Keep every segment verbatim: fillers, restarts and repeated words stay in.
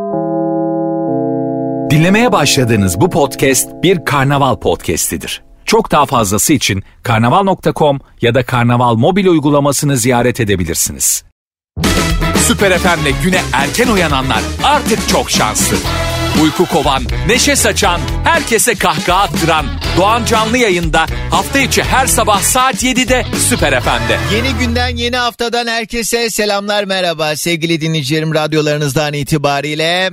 Dinlemeye başladığınız bu podcast bir karnaval podcastidir. Çok daha fazlası için karnaval nokta com ya da karnaval mobil uygulamasını ziyaret edebilirsiniz. Süper F M'le güne erken uyananlar artık çok şanslı. Uyku kovan, neşe saçan, herkese kahkaha attıran Doğan Canlı Yayın'da hafta içi her sabah saat yedide Süper F M'de. Yeni günden, yeni haftadan herkese selamlar, merhaba sevgili dinleyicilerim, radyolarınızdan itibariyle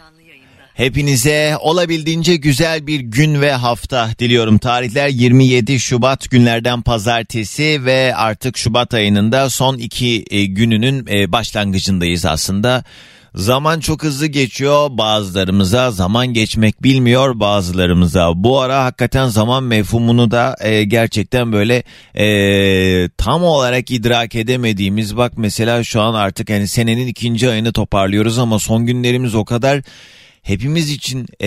hepinize olabildiğince güzel bir gün ve hafta diliyorum. Tarihler yirmi yedi Şubat, günlerden pazartesi ve artık Şubat ayının da son iki e, gününün e, başlangıcındayız aslında. Zaman çok hızlı geçiyor, bazılarımıza zaman geçmek bilmiyor, bazılarımıza. Bu ara hakikaten zaman mefhumunu da e, gerçekten böyle e, tam olarak idrak edemediğimiz, bak mesela şu an artık hani senenin ikinci ayını toparlıyoruz ama son günlerimiz o kadar hepimiz için e,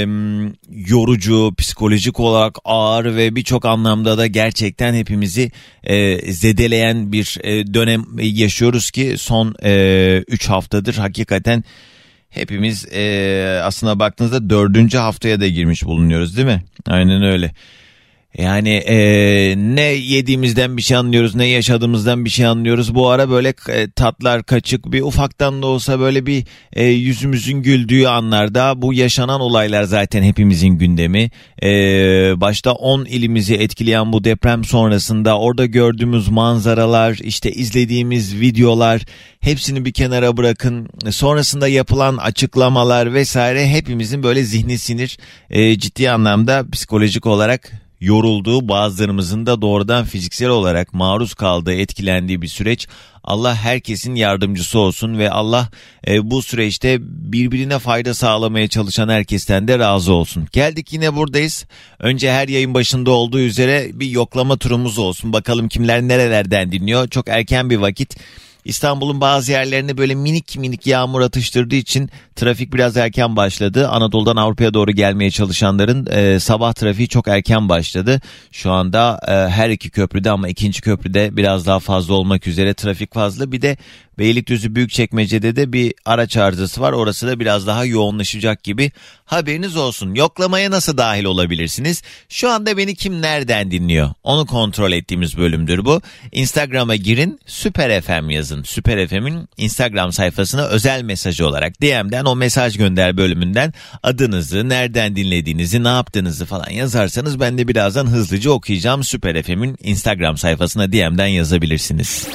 yorucu, psikolojik olarak ağır ve birçok anlamda da gerçekten hepimizi e, zedeleyen bir e, dönem yaşıyoruz ki son üç e, haftadır hakikaten hepimiz e, aslına baktığınızda dördüncü haftaya da girmiş bulunuyoruz, değil mi? Aynen öyle. Yani e, ne yediğimizden bir şey anlıyoruz, ne yaşadığımızdan bir şey anlıyoruz. Bu ara böyle e, tatlar kaçık, bir ufaktan da olsa böyle bir e, yüzümüzün güldüğü anlarda bu yaşanan olaylar zaten hepimizin gündemi. E, başta on ilimizi etkileyen bu deprem sonrasında orada gördüğümüz manzaralar, işte izlediğimiz videolar, hepsini bir kenara bırakın. Sonrasında yapılan açıklamalar vesaire hepimizin böyle zihni sinir e, ciddi anlamda psikolojik olarak yorulduğu, bazılarımızın da doğrudan fiziksel olarak maruz kaldığı, etkilendiği bir süreç. Allah herkesin yardımcısı olsun ve Allah e, bu süreçte birbirine fayda sağlamaya çalışan herkesten de razı olsun. Geldik, yine buradayız. Önce her yayın başında olduğu üzere bir yoklama turumuz olsun. Bakalım kimler nerelerden dinliyor. Çok erken bir vakit. İstanbul'un bazı yerlerine böyle minik minik yağmur atıştırdığı için trafik biraz erken başladı. Anadolu'dan Avrupa'ya doğru gelmeye çalışanların e, sabah trafiği çok erken başladı. Şu anda e, her iki köprüde ama ikinci köprüde biraz daha fazla olmak üzere trafik fazla. Bir de Beylikdüzü Büyükçekmece'de de bir araç arızası var. Orası da biraz daha yoğunlaşacak gibi. Haberiniz olsun. Yoklamaya nasıl dahil olabilirsiniz? Şu anda beni kim nereden dinliyor? Onu kontrol ettiğimiz bölümdür bu. Instagram'a girin, Süper F M yazın. Süper F M'in Instagram sayfasına özel mesajı olarak D M'den o mesaj gönder bölümünden adınızı, nereden dinlediğinizi, ne yaptığınızı falan yazarsanız ben de birazdan hızlıca okuyacağım. Süper F M'in Instagram sayfasına D M'den yazabilirsiniz.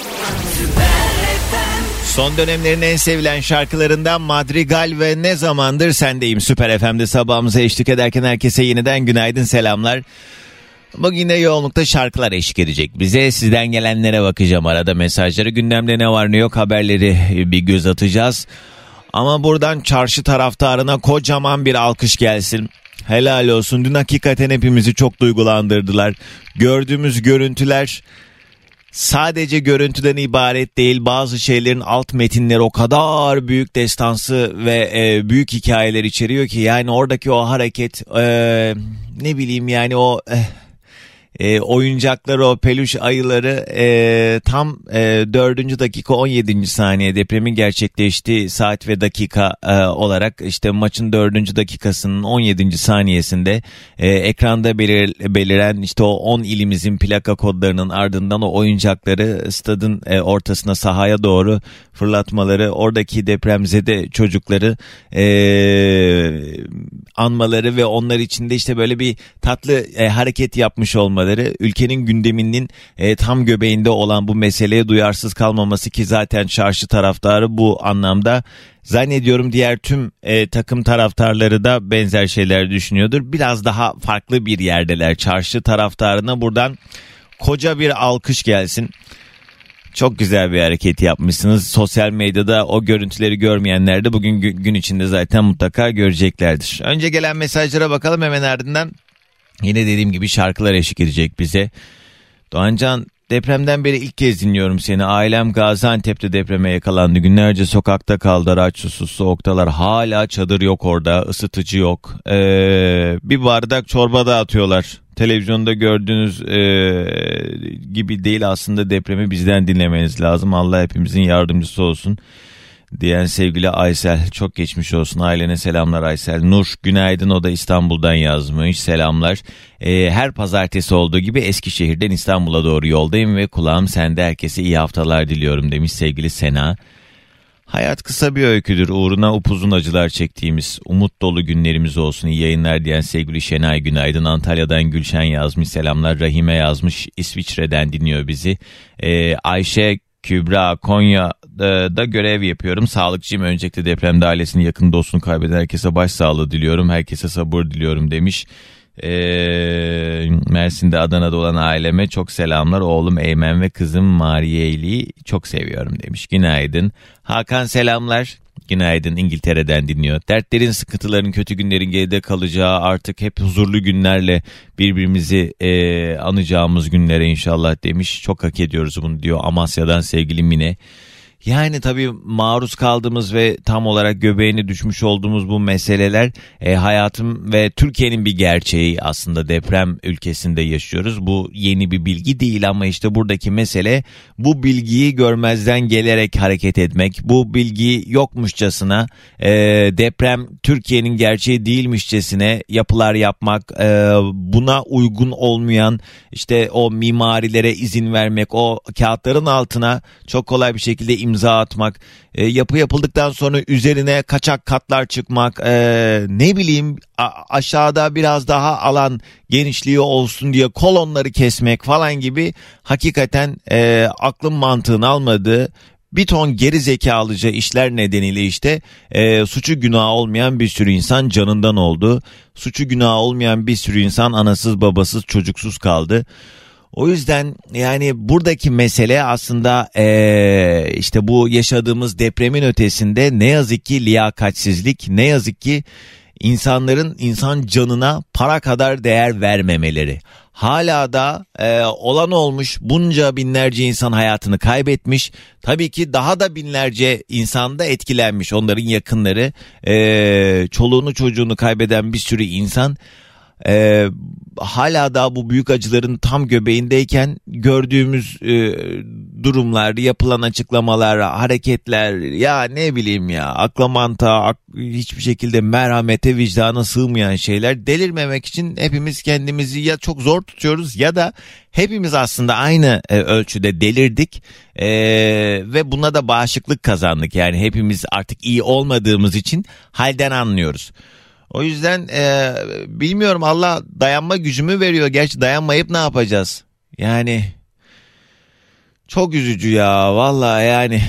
Son dönemlerin en sevilen şarkılarından Madrigal ve Ne Zamandır Sendeyim Süper F M'de sabahımıza eşlik ederken herkese yeniden günaydın, selamlar. Bugün yine yoğunlukta şarkılar eşlik edecek bize. Sizden gelenlere bakacağım, arada mesajları, gündemde ne var ne yok haberleri bir göz atacağız. Ama buradan çarşı taraftarına kocaman bir alkış gelsin. Helal olsun, dün hakikaten hepimizi çok duygulandırdılar. Gördüğümüz görüntüler sadece görüntüden ibaret değil, bazı şeylerin alt metinleri o kadar büyük destansı ve e, büyük hikayeler içeriyor ki yani oradaki o hareket e, ne bileyim yani o e, e, oyuncakları, o peluş ayıları e, tam e, dördüncü dakika on yedinci saniye depremin gerçekleştiği saat ve dakika e, olarak işte maçın dördüncü dakikasının on yedinci saniyesinde e, ekranda belir, beliren işte o on ilimizin plaka kodlarının ardından o oyuncakları stadın e, ortasına, sahaya doğru fırlatmaları, oradaki depremzede çocukları e, anmaları ve onlar içinde işte böyle bir tatlı e, hareket yapmış olmaları, ülkenin gündeminin e, tam göbeğinde olan bu meseleye duyarsız kalmaması ki zaten çarşı taraftarı bu anlamda, zannediyorum diğer tüm e, takım taraftarları da benzer şeyler düşünüyordur. Biraz daha farklı bir yerdeler. Çarşı taraftarına buradan koca bir alkış gelsin. Çok güzel bir hareket yapmışsınız. Sosyal medyada o görüntüleri görmeyenler de bugün gün içinde zaten mutlaka göreceklerdir. Önce gelen mesajlara bakalım, hemen ardından yine dediğim gibi şarkılar eşlik edecek bize. Doğancan, depremden beri ilk kez dinliyorum seni. Ailem Gaziantep'te depreme yakalandı. Günlerce sokakta kaldılar, aç susuz soğuktalar. Hala çadır yok orada, ısıtıcı yok. Ee, bir bardak çorba dağıtıyorlar. Televizyonda gördüğünüz e, gibi değil aslında, depremi bizden dinlemeniz lazım. Allah hepimizin yardımcısı olsun. diyen sevgili Aysel. Çok geçmiş olsun, ailene selamlar Aysel. Nur günaydın, o da İstanbul'dan yazmış, selamlar. Ee, her pazartesi olduğu gibi Eskişehir'den İstanbul'a doğru yoldayım ve kulağım sende, herkese iyi haftalar diliyorum demiş sevgili Sena. Hayat kısa bir öyküdür, uğruna upuzun acılar çektiğimiz, umut dolu günlerimiz olsun, iyi yayınlar diyen sevgili Şenay günaydın. Antalya'dan Gülşen yazmış, selamlar. Rahime yazmış, İsviçre'den dinliyor bizi. Ee, Ayşe Kübra, Konya'da görev yapıyorum, sağlıkçıyım, öncelikle depremde ailesini, yakın dostunu kaybeden herkese başsağlığı diliyorum, herkese sabır diliyorum demiş. Ee, Mersin'de, Adana'da olan aileme çok selamlar, oğlum Eymen ve kızım Mariyeli'yi çok seviyorum demiş. Günaydın. Hakan selamlar. Günaydın, İngiltere'den dinliyor. Dertlerin, sıkıntıların, kötü günlerin geride kalacağı, artık hep huzurlu günlerle birbirimizi e, anacağımız günlere inşallah demiş. Çok hak ediyoruz bunu diyor Amasya'dan sevgili Mine. Yani tabii maruz kaldığımız ve tam olarak göbeğine düşmüş olduğumuz bu meseleler e, hayatım ve Türkiye'nin bir gerçeği, aslında deprem ülkesinde yaşıyoruz. Bu yeni bir bilgi değil ama işte buradaki mesele bu bilgiyi görmezden gelerek hareket etmek. Bu bilgi yokmuşçasına, e, deprem Türkiye'nin gerçeği değilmişçesine yapılar yapmak, e, buna uygun olmayan işte o mimarilere izin vermek, o kağıtların altına çok kolay bir şekilde imza imza atmak, e, yapı yapıldıktan sonra üzerine kaçak katlar çıkmak, e, ne bileyim a- aşağıda biraz daha alan genişliği olsun diye kolonları kesmek falan gibi, hakikaten e, aklın mantığını almadığı bir ton geri zekalıca işler nedeniyle işte e, suçu günahı olmayan bir sürü insan canından oldu. Suçu günahı olmayan bir sürü insan anasız babasız çocuksuz kaldı. O yüzden yani buradaki mesele aslında ee, işte bu yaşadığımız depremin ötesinde ne yazık ki liyakatsizlik, ne yazık ki insanların insan canına para kadar değer vermemeleri. Hala da e, olan olmuş, bunca binlerce insan hayatını kaybetmiş. Tabii ki daha da binlerce insan da etkilenmiş, onların yakınları, e, çoluğunu çocuğunu kaybeden bir sürü insan. Ee, hala da bu büyük acıların tam göbeğindeyken gördüğümüz e, durumlar, yapılan açıklamalar, hareketler, ya ne bileyim ya, akla mantığa, ak- hiçbir şekilde merhamete, vicdana sığmayan şeyler. Delirmemek için hepimiz kendimizi ya çok zor tutuyoruz ya da hepimiz aslında aynı e, ölçüde delirdik e, ve buna da bağışıklık kazandık. Yani hepimiz artık iyi olmadığımız için halden anlıyoruz. O yüzden e, bilmiyorum, Allah dayanma gücümü veriyor. Gerçi dayanmayıp ne yapacağız? Yani çok üzücü ya vallahi, yani.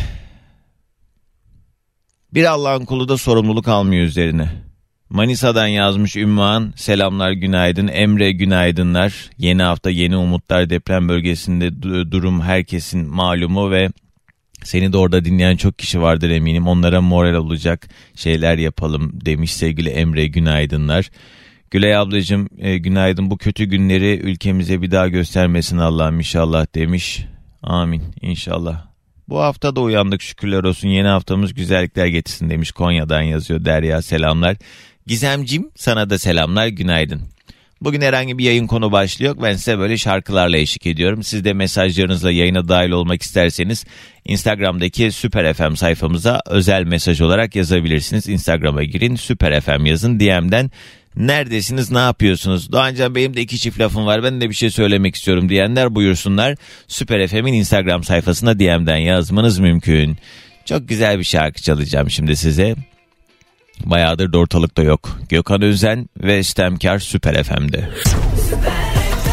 Bir Allah'ın kulu da sorumluluk almıyor üzerine. Manisa'dan yazmış Ümmühan, selamlar günaydın. Emre günaydınlar. Yeni hafta yeni umutlar, deprem bölgesinde durum herkesin malumu ve seni de orada dinleyen çok kişi vardır eminim. Onlara moral olacak şeyler yapalım demiş sevgili Emre, günaydınlar. Gülay ablacığım e, günaydın. Bu kötü günleri ülkemize bir daha göstermesin Allah'ım inşallah demiş. Amin inşallah. Bu hafta da uyandık şükürler olsun. Yeni haftamız güzellikler getirsin demiş. Konya'dan yazıyor Derya, selamlar. Gizemcim sana da selamlar, günaydın. Bugün herhangi bir yayın konu başlığı yok. Ben size böyle şarkılarla eşlik ediyorum. Siz de mesajlarınızla yayına dahil olmak isterseniz Instagram'daki Süper F M sayfamıza özel mesaj olarak yazabilirsiniz. Instagram'a girin, Süper F M yazın, D M'den neredesiniz, ne yapıyorsunuz? Doğancan benim de iki çift lafım var, ben de bir şey söylemek istiyorum diyenler buyursunlar. Süper F M'in Instagram sayfasına D M'den yazmanız mümkün. Çok güzel bir şarkı çalacağım şimdi size. Bayağıdır da ortalıkta yok. Gökhan Özen ve Stemkar Süper F M'de. Süper.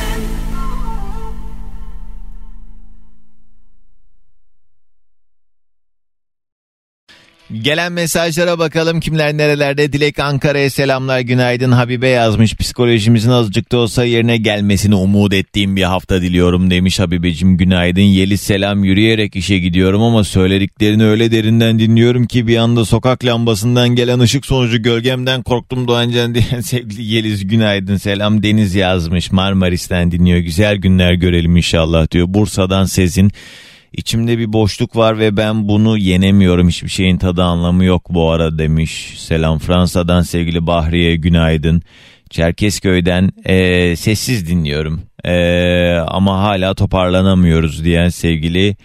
Gelen mesajlara bakalım, kimler nerelerde. Dilek Ankara'ya selamlar günaydın. Habibe yazmış, psikolojimizin azıcık da olsa yerine gelmesini umut ettiğim bir hafta diliyorum demiş Habibeciğim, günaydın. Yeliz selam, yürüyerek işe gidiyorum ama söylediklerini öyle derinden dinliyorum ki bir anda sokak lambasından gelen ışık sonucu gölgemden korktum Doğancan diyen sevgili Yeliz günaydın. Selam. Deniz yazmış, Marmaris'ten dinliyor, güzel günler görelim inşallah diyor. Bursa'dan Sezin, İçimde bir boşluk var ve ben bunu yenemiyorum. Hiçbir şeyin tadı anlamı yok bu ara demiş. Selam. Fransa'dan sevgili Bahriye günaydın. Çerkezköy'den e, sessiz dinliyorum e, ama hala toparlanamıyoruz diyen sevgili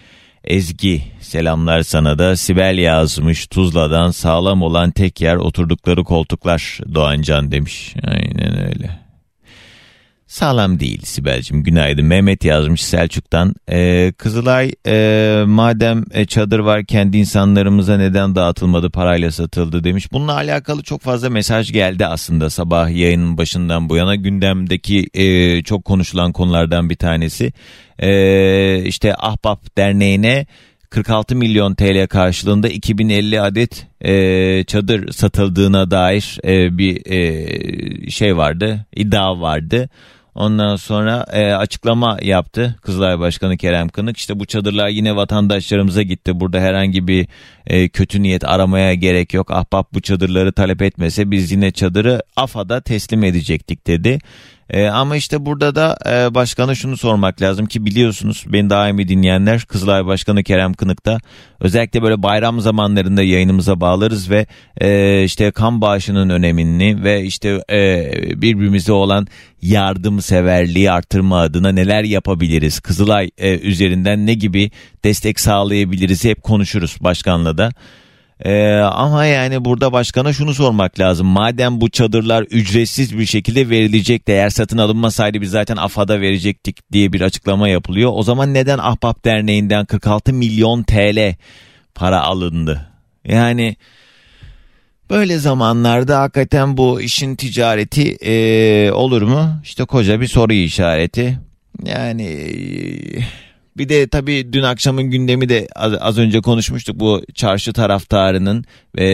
Ezgi selamlar sana da. Sibel yazmış, Tuzla'dan sağlam olan tek yer oturdukları koltuklar Doğancan demiş. Aynen öyle. Sağlam değil Sibel'cim, günaydın. Mehmet yazmış Selçuk'tan. Ee, Kızılay e, madem e, çadır var kendi insanlarımıza neden dağıtılmadı, parayla satıldı demiş. Bununla alakalı çok fazla mesaj geldi aslında sabah yayının başından bu yana. Gündemdeki e, çok konuşulan konulardan bir tanesi. E, işte Ahbap Derneği'ne kırk altı milyon T L karşılığında iki bin elli adet e, çadır satıldığına dair e, bir e, şey vardı, iddia vardı. Ondan sonra e, açıklama yaptı Kızılay Başkanı Kerem Kınık. İşte bu çadırlar yine vatandaşlarımıza gitti. Burada herhangi bir e, kötü niyet aramaya gerek yok. Ahbap bu çadırları talep etmese biz yine çadırı AFAD'a teslim edecektik dedi. E, ama işte burada da e, başkana şunu sormak lazım ki biliyorsunuz beni daimi dinleyenler, Kızılay Başkanı Kerem Kınık'ta özellikle böyle bayram zamanlarında yayınımıza bağlarız ve e, işte kan bağışının önemini ve işte e, birbirimize olan yardımseverliği artırma adına neler yapabiliriz, Kızılay e, üzerinden ne gibi destek sağlayabiliriz hep konuşuruz başkanla da. Ee, ama yani burada başkana şunu sormak lazım. Madem bu çadırlar ücretsiz bir şekilde verilecekti, eğer satın alınmasaydı biz zaten AFAD'a verecektik diye bir açıklama yapılıyor. O zaman neden Ahbap Derneği'nden kırk altı milyon T L para alındı? Yani böyle zamanlarda hakikaten bu işin ticareti e, olur mu? İşte koca bir soru işareti. Yani... Bir de tabii dün akşamın gündemi de az, az önce konuşmuştuk, bu çarşı taraftarının e,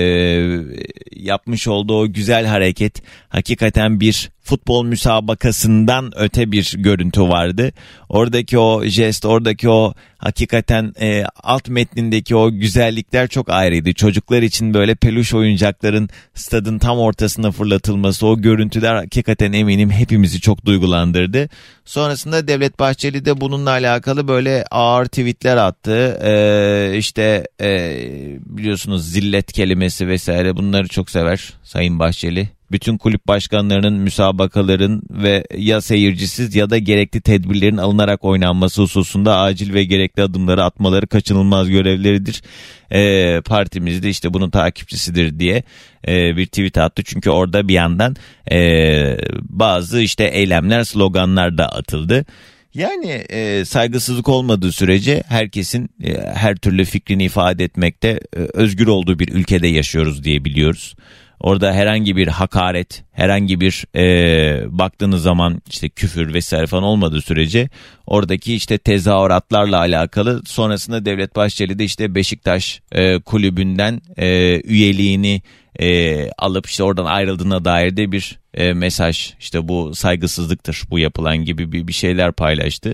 yapmış olduğu o güzel hareket hakikaten bir futbol müsabakasından öte bir görüntü vardı. Oradaki o jest, oradaki o hakikaten e, alt metnindeki o güzellikler çok ayrıydı. Çocuklar için böyle peluş oyuncakların stadın tam ortasına fırlatılması, o görüntüler hakikaten eminim hepimizi çok duygulandırdı. Sonrasında Devlet Bahçeli de bununla alakalı böyle ağır tweetler attı. Ee, işte e, biliyorsunuz zillet kelimesi vesaire, bunları çok sever Sayın Bahçeli. Bütün kulüp başkanlarının müsabakaların ve ya seyircisiz ya da gerekli tedbirlerin alınarak oynanması hususunda acil ve gerekli adımları atmaları kaçınılmaz görevleridir. Ee, partimiz de işte bunun takipçisidir diye e, bir tweet attı. Çünkü orada bir yandan e, bazı işte eylemler, sloganlar da atıldı. Yani e, saygısızlık olmadığı sürece herkesin e, her türlü fikrini ifade etmekte e, özgür olduğu bir ülkede yaşıyoruz diye biliyoruz. Orada herhangi bir hakaret, herhangi bir e, baktığınız zaman işte küfür vesaire falan olmadığı sürece oradaki işte tezahüratlarla alakalı, sonrasında Devlet Bahçeli de işte Beşiktaş e, kulübünden e, üyeliğini e, alıp işte oradan ayrıldığına dair de bir e, mesaj, işte bu saygısızlıktır bu yapılan gibi bir, bir şeyler paylaştı.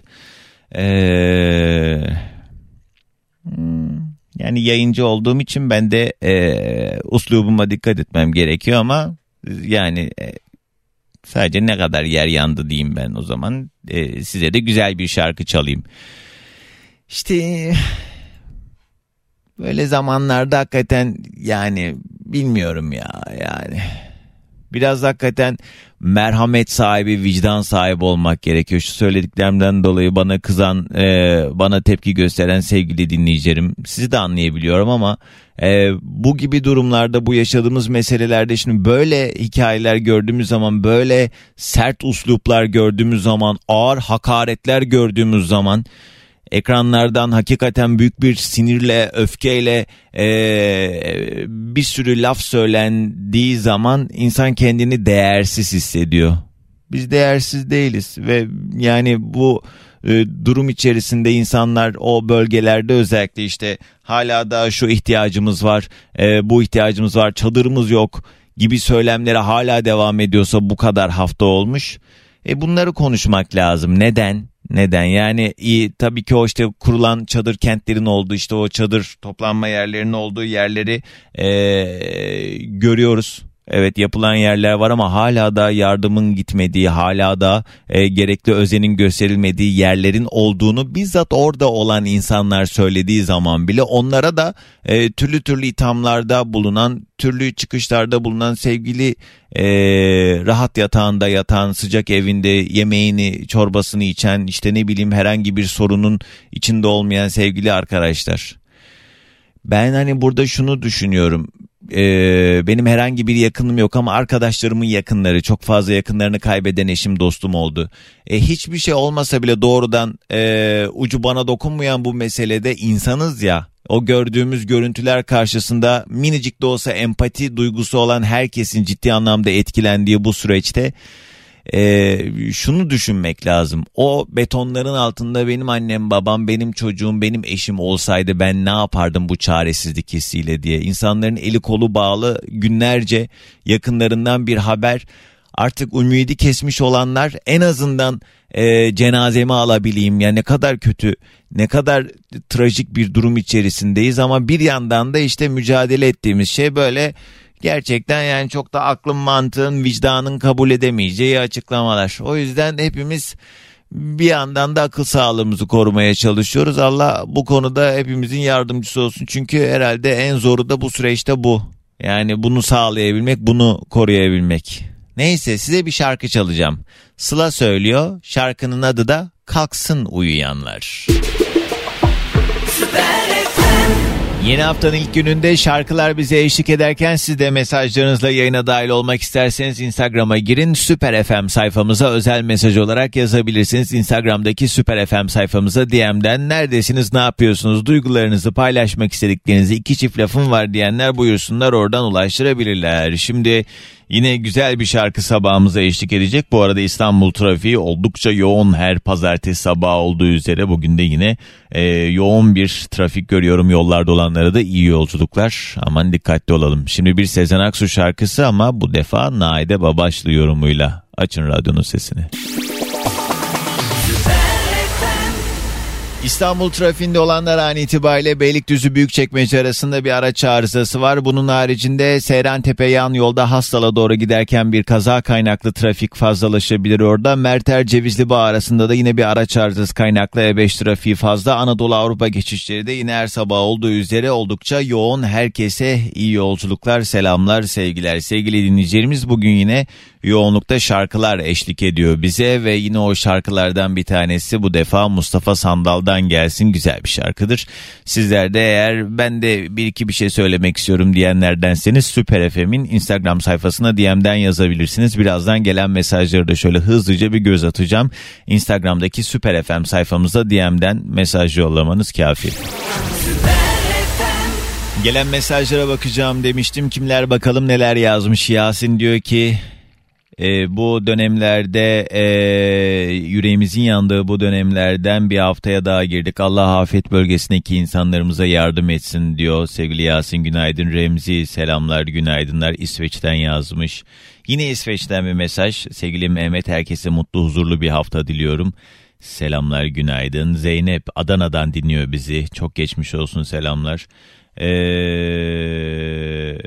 Eee... Hmm. Yani yayıncı olduğum için ben de e, uslubuma dikkat etmem gerekiyor ama yani e, sadece ne kadar yer yandı diyeyim ben o zaman. E, size de güzel bir şarkı çalayım. İşte böyle zamanlarda hakikaten yani bilmiyorum ya yani. Biraz hakikaten merhamet sahibi, vicdan sahibi olmak gerekiyor. Şu söylediklerimden dolayı bana kızan, e, bana tepki gösteren sevgili dinleyicilerim, sizi de anlayabiliyorum ama e, bu gibi durumlarda, bu yaşadığımız meselelerde şimdi böyle hikayeler gördüğümüz zaman, böyle sert usluplar gördüğümüz zaman, ağır hakaretler gördüğümüz zaman, ekranlardan hakikaten büyük bir sinirle, öfkeyle ee, bir sürü laf söylendiği zaman insan kendini değersiz hissediyor. Biz değersiz değiliz ve yani bu e, durum içerisinde insanlar o bölgelerde özellikle işte hala da şu ihtiyacımız var, e, bu ihtiyacımız var, çadırımız yok gibi söylemlere hala devam ediyorsa bu kadar hafta olmuş. E, bunları konuşmak lazım. Neden? Neden? Yani iyi, tabii ki o işte kurulan çadır kentlerin olduğu, işte o çadır toplanma yerlerinin olduğu yerleri e, görüyoruz. Evet, yapılan yerler var ama hala da yardımın gitmediği, hala da e, gerekli özenin gösterilmediği yerlerin olduğunu bizzat orada olan insanlar söylediği zaman bile onlara da e, türlü türlü ithamlarda bulunan, türlü çıkışlarda bulunan sevgili e, rahat yatağında yatan, sıcak evinde yemeğini, çorbasını içen, işte ne bileyim herhangi bir sorunun içinde olmayan sevgili arkadaşlar. Ben hani burada şunu düşünüyorum. Ee, benim herhangi bir yakınım yok ama arkadaşlarımın yakınları, çok fazla yakınlarını kaybeden eşim, dostum oldu. E, hiçbir şey olmasa bile doğrudan e, ucu bana dokunmayan bu meselede insanız ya. O gördüğümüz görüntüler karşısında minicik de olsa empati duygusu olan herkesin ciddi anlamda etkilendiği bu süreçte Ee, şunu düşünmek lazım. O betonların altında benim annem, babam, benim çocuğum, benim eşim olsaydı ben ne yapardım bu çaresizlik hissiyle diye. İnsanların eli kolu bağlı, günlerce yakınlarından bir haber. Artık ümidi kesmiş olanlar en azından e, cenazemi alabileyim. Yani ne kadar kötü, ne kadar trajik bir durum içerisindeyiz ama bir yandan da işte mücadele ettiğimiz şey böyle... Gerçekten yani çok da aklın, mantığın, vicdanın kabul edemeyeceği açıklamalar. O yüzden hepimiz bir yandan da akıl sağlığımızı korumaya çalışıyoruz. Allah bu konuda hepimizin yardımcısı olsun. Çünkü herhalde en zoru da bu süreçte bu. Yani bunu sağlayabilmek, bunu koruyabilmek. Neyse, size bir şarkı çalacağım. Sıla söylüyor. Şarkının adı da Kalksın Uyuyanlar. Yeni haftanın ilk gününde şarkılar bize eşlik ederken siz de mesajlarınızla yayına dahil olmak isterseniz Instagram'a girin. Süper F M sayfamıza özel mesaj olarak yazabilirsiniz. Instagram'daki Süper F M sayfamıza D M'den neredesiniz, ne yapıyorsunuz, duygularınızı paylaşmak istediklerinizi, iki çift lafım var diyenler buyursunlar, oradan ulaştırabilirler. Şimdi yine güzel bir şarkı sabahımıza eşlik edecek. Bu arada İstanbul trafiği oldukça yoğun, her pazartesi sabahı olduğu üzere bugün de yine e, yoğun bir trafik görüyorum. Yollarda olanlara da iyi yolculuklar. Aman dikkatli olalım. Şimdi bir Sezen Aksu şarkısı ama bu defa Naide Babaşlı yorumuyla. Açın radyonun sesini. İstanbul trafiğinde olanlar an itibariyle Beylikdüzü Büyükçekmece arasında bir araç arızası var. Bunun haricinde Seyrantepe yan yolda Hastal'a doğru giderken bir kaza kaynaklı trafik fazlalaşabilir orada. Merter Cevizlibağ arasında da yine bir araç arızası kaynaklı E beş trafiği fazla. Anadolu Avrupa geçişleri de yine her sabah olduğu üzere oldukça yoğun. Herkese iyi yolculuklar, selamlar, sevgiler. Sevgili dinleyicilerimiz, bugün yine yoğunlukta şarkılar eşlik ediyor bize ve yine o şarkılardan bir tanesi bu defa Mustafa Sandal'dan gelsin, güzel bir şarkıdır. Sizler de eğer ben de bir iki bir şey söylemek istiyorum diyenlerdenseniz Süper F M'in Instagram sayfasına D M'den yazabilirsiniz. Birazdan gelen mesajları da şöyle hızlıca bir göz atacağım. Instagram'daki Süper F M sayfamıza D M'den mesaj yollamanız kafi. Gelen mesajlara bakacağım demiştim. Kimler bakalım neler yazmış. Yasin diyor ki E, bu dönemlerde e, yüreğimizin yandığı bu dönemlerden bir haftaya daha girdik. Allah afet bölgesindeki insanlarımıza yardım etsin diyor sevgili Yasin. Günaydın. Remzi selamlar, günaydınlar. İsveç'ten yazmış. Yine İsveç'ten bir mesaj. Sevgili Mehmet, herkese mutlu huzurlu bir hafta diliyorum. Selamlar, günaydın. Zeynep Adana'dan dinliyor bizi. Çok geçmiş olsun, selamlar. Eee...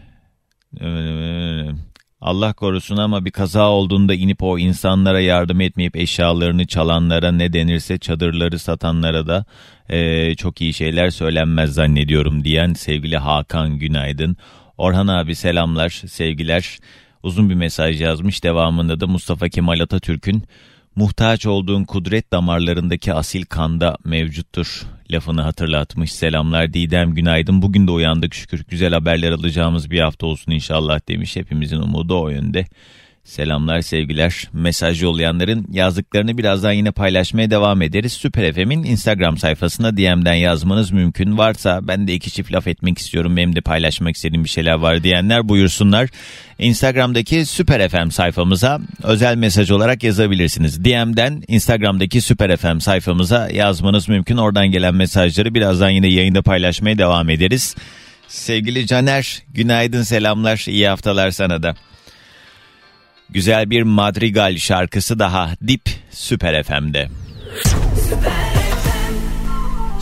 Allah korusun ama bir kaza olduğunda inip o insanlara yardım etmeyip eşyalarını çalanlara, ne denirse çadırları satanlara da e, çok iyi şeyler söylenmez zannediyorum diyen sevgili Hakan, günaydın. Orhan abi selamlar, sevgiler. Uzun bir mesaj yazmış. Devamında da Mustafa Kemal Atatürk'ün muhtaç olduğun kudret damarlarındaki asil kanda mevcuttur lafını hatırlatmış. Selamlar Didem, günaydın. Bugün de uyandık şükür. Güzel haberler alacağımız bir hafta olsun inşallah demiş. Hepimizin umudu o yönde. Selamlar, sevgiler. Mesaj yollayanların yazdıklarını birazdan yine paylaşmaya devam ederiz. Süper F M'in Instagram sayfasına D M'den yazmanız mümkün. Varsa ben de iki çift laf etmek istiyorum, benim de paylaşmak istediğim bir şeyler var diyenler buyursunlar. Instagram'daki Süper F M sayfamıza özel mesaj olarak yazabilirsiniz. D M'den Instagram'daki Süper F M sayfamıza yazmanız mümkün. Oradan gelen mesajları birazdan yine yayında paylaşmaya devam ederiz. Sevgili Caner, günaydın, selamlar, iyi haftalar sana da. Güzel bir Madrigal şarkısı daha Dip Süper F M'de.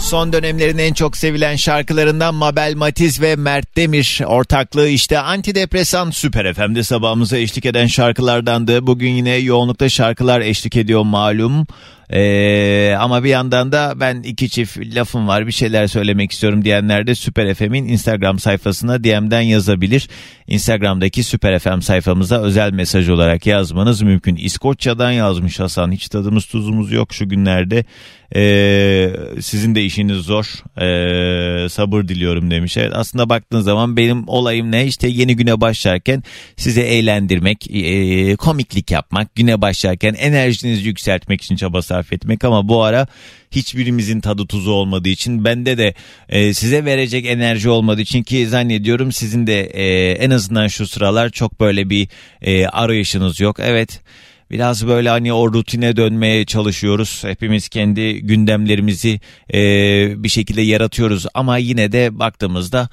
Son dönemlerin en çok sevilen şarkılarından Mabel Matiz ve Mert Demir ortaklığı işte antidepresan Süper F M'de sabahımıza eşlik eden şarkılardandı. Bugün yine yoğunlukta şarkılar eşlik ediyor malum. Ee, ama bir yandan da ben iki çift lafım var, bir şeyler söylemek istiyorum diyenler de Süper F M'in Instagram sayfasına D M'den yazabilir. Instagram'daki Süper F M sayfamıza özel mesaj olarak yazmanız mümkün. İskoçya'dan yazmış Hasan, hiç tadımız tuzumuz yok şu günlerde. Ee, sizin de işiniz zor, ee, sabır diliyorum demiş. Evet, aslında baktığın zaman benim olayım ne? İşte yeni güne başlarken size eğlendirmek, ee, komiklik yapmak, güne başlarken enerjinizi yükseltmek için çaba sarf etmek. Ama bu ara hiçbirimizin tadı tuzu olmadığı için, bende de e, size verecek enerji olmadığı için, ki zannediyorum sizin de e, en azından şu sıralar çok böyle bir e, arayışınız yok. Evet, biraz böyle hani o rutine dönmeye çalışıyoruz. Hepimiz kendi gündemlerimizi e, bir şekilde yaratıyoruz ama yine de baktığımızda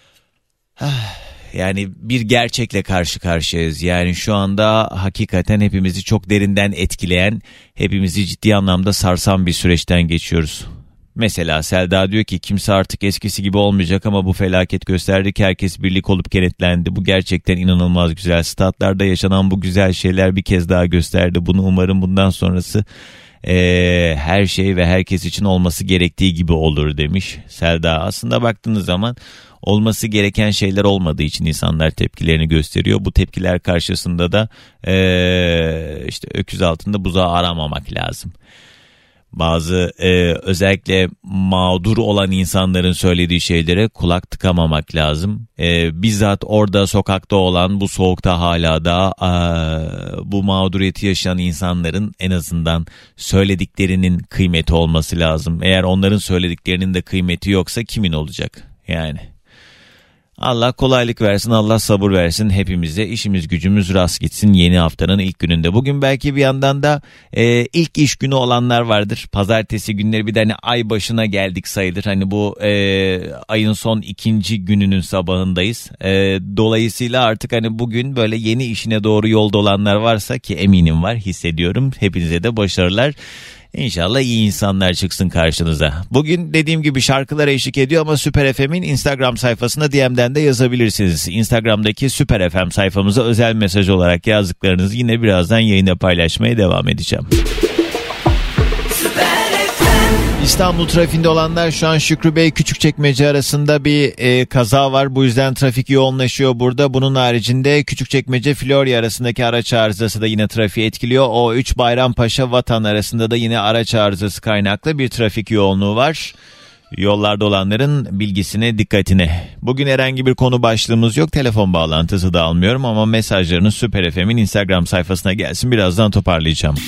yani bir gerçekle karşı karşıyayız. Yani şu anda hakikaten hepimizi çok derinden etkileyen, hepimizi ciddi anlamda sarsan bir süreçten geçiyoruz. Mesela Selda diyor ki kimse artık eskisi gibi olmayacak ama bu felaket gösterdi ki herkes birlik olup kenetlendi. Bu gerçekten inanılmaz güzel. Statlarda yaşanan bu güzel şeyler bir kez daha gösterdi. Bunu umarım bundan sonrası Ee, her şey ve herkes için olması gerektiği gibi olur demiş Selda. Aslında baktığınız zaman olması gereken şeyler olmadığı için insanlar tepkilerini gösteriyor. Bu tepkiler karşısında da ee, işte öküz altında buzağı aramamak lazım. Bazı e, özellikle mağdur olan insanların söylediği şeylere kulak tıkamamak lazım. E, bizzat orada sokakta olan, bu soğukta hala da e, bu mağduriyeti yaşayan insanların en azından söylediklerinin kıymeti olması lazım. Eğer onların söylediklerinin de kıymeti yoksa kimin olacak yani? Allah kolaylık versin, Allah sabır versin hepimize, işimiz gücümüz rast gitsin yeni haftanın ilk gününde. Bugün belki bir yandan da e, ilk iş günü olanlar vardır. Pazartesi günleri bir de hani ay başına geldik sayılır. Hani bu e, ayın son ikinci gününün sabahındayız. E, dolayısıyla artık hani bugün böyle yeni işine doğru yolda olanlar varsa, ki eminim var, hissediyorum. Hepinize de başarılar. İnşallah iyi insanlar çıksın karşınıza. Bugün dediğim gibi şarkılar eşlik ediyor ama Süper F M'in Instagram sayfasına D M'den de yazabilirsiniz. Instagram'daki Süper F M sayfamıza özel mesaj olarak yazdıklarınızı yine birazdan yayında paylaşmaya devam edeceğim. İstanbul trafiğinde olanlar şu an Şükrü Bey Küçükçekmece arasında bir e, kaza var. Bu yüzden trafik yoğunlaşıyor burada. Bunun haricinde Küçükçekmece Florya arasındaki araç arızası da yine trafiği etkiliyor. O üç Bayrampaşa Vatan arasında da yine araç arızası kaynaklı bir trafik yoğunluğu var. Yollarda olanların bilgisine, dikkatine. Bugün herhangi bir konu başlığımız yok. Telefon bağlantısı da almıyorum ama mesajlarınız Süper F M'in Instagram sayfasına gelsin. Birazdan toparlayacağım.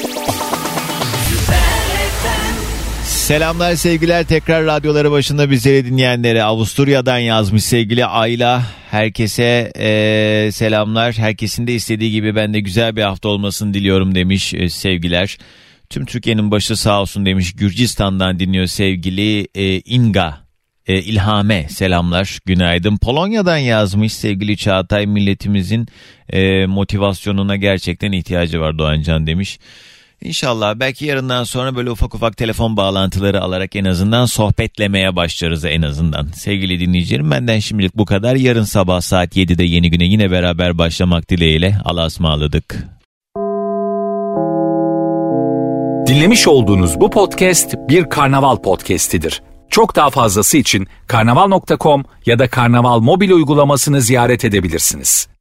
Selamlar, sevgiler, tekrar radyoları başında bizleri dinleyenlere. Avusturya'dan yazmış sevgili Ayla. Herkese e, selamlar. Herkesin de istediği gibi ben de güzel bir hafta olmasını diliyorum demiş, e, sevgiler. Tüm Türkiye'nin başı sağ olsun demiş. Gürcistan'dan dinliyor sevgili e, İnga. E, İlhame selamlar, günaydın. Polonya'dan yazmış sevgili Çağatay, milletimizin e, motivasyonuna gerçekten ihtiyacı var Doğancan demiş. İnşallah belki yarından sonra böyle ufak ufak telefon bağlantıları alarak en azından sohbetlemeye başlarız en azından. Sevgili dinleyicilerim, benden şimdilik bu kadar. Yarın sabah saat yedide yeni güne yine beraber başlamak dileğiyle. Allah'a ısmarladık. Dinlemiş olduğunuz bu podcast bir Karnaval podcastidir. Çok daha fazlası için karnaval nokta com ya da Karnaval mobil uygulamasını ziyaret edebilirsiniz.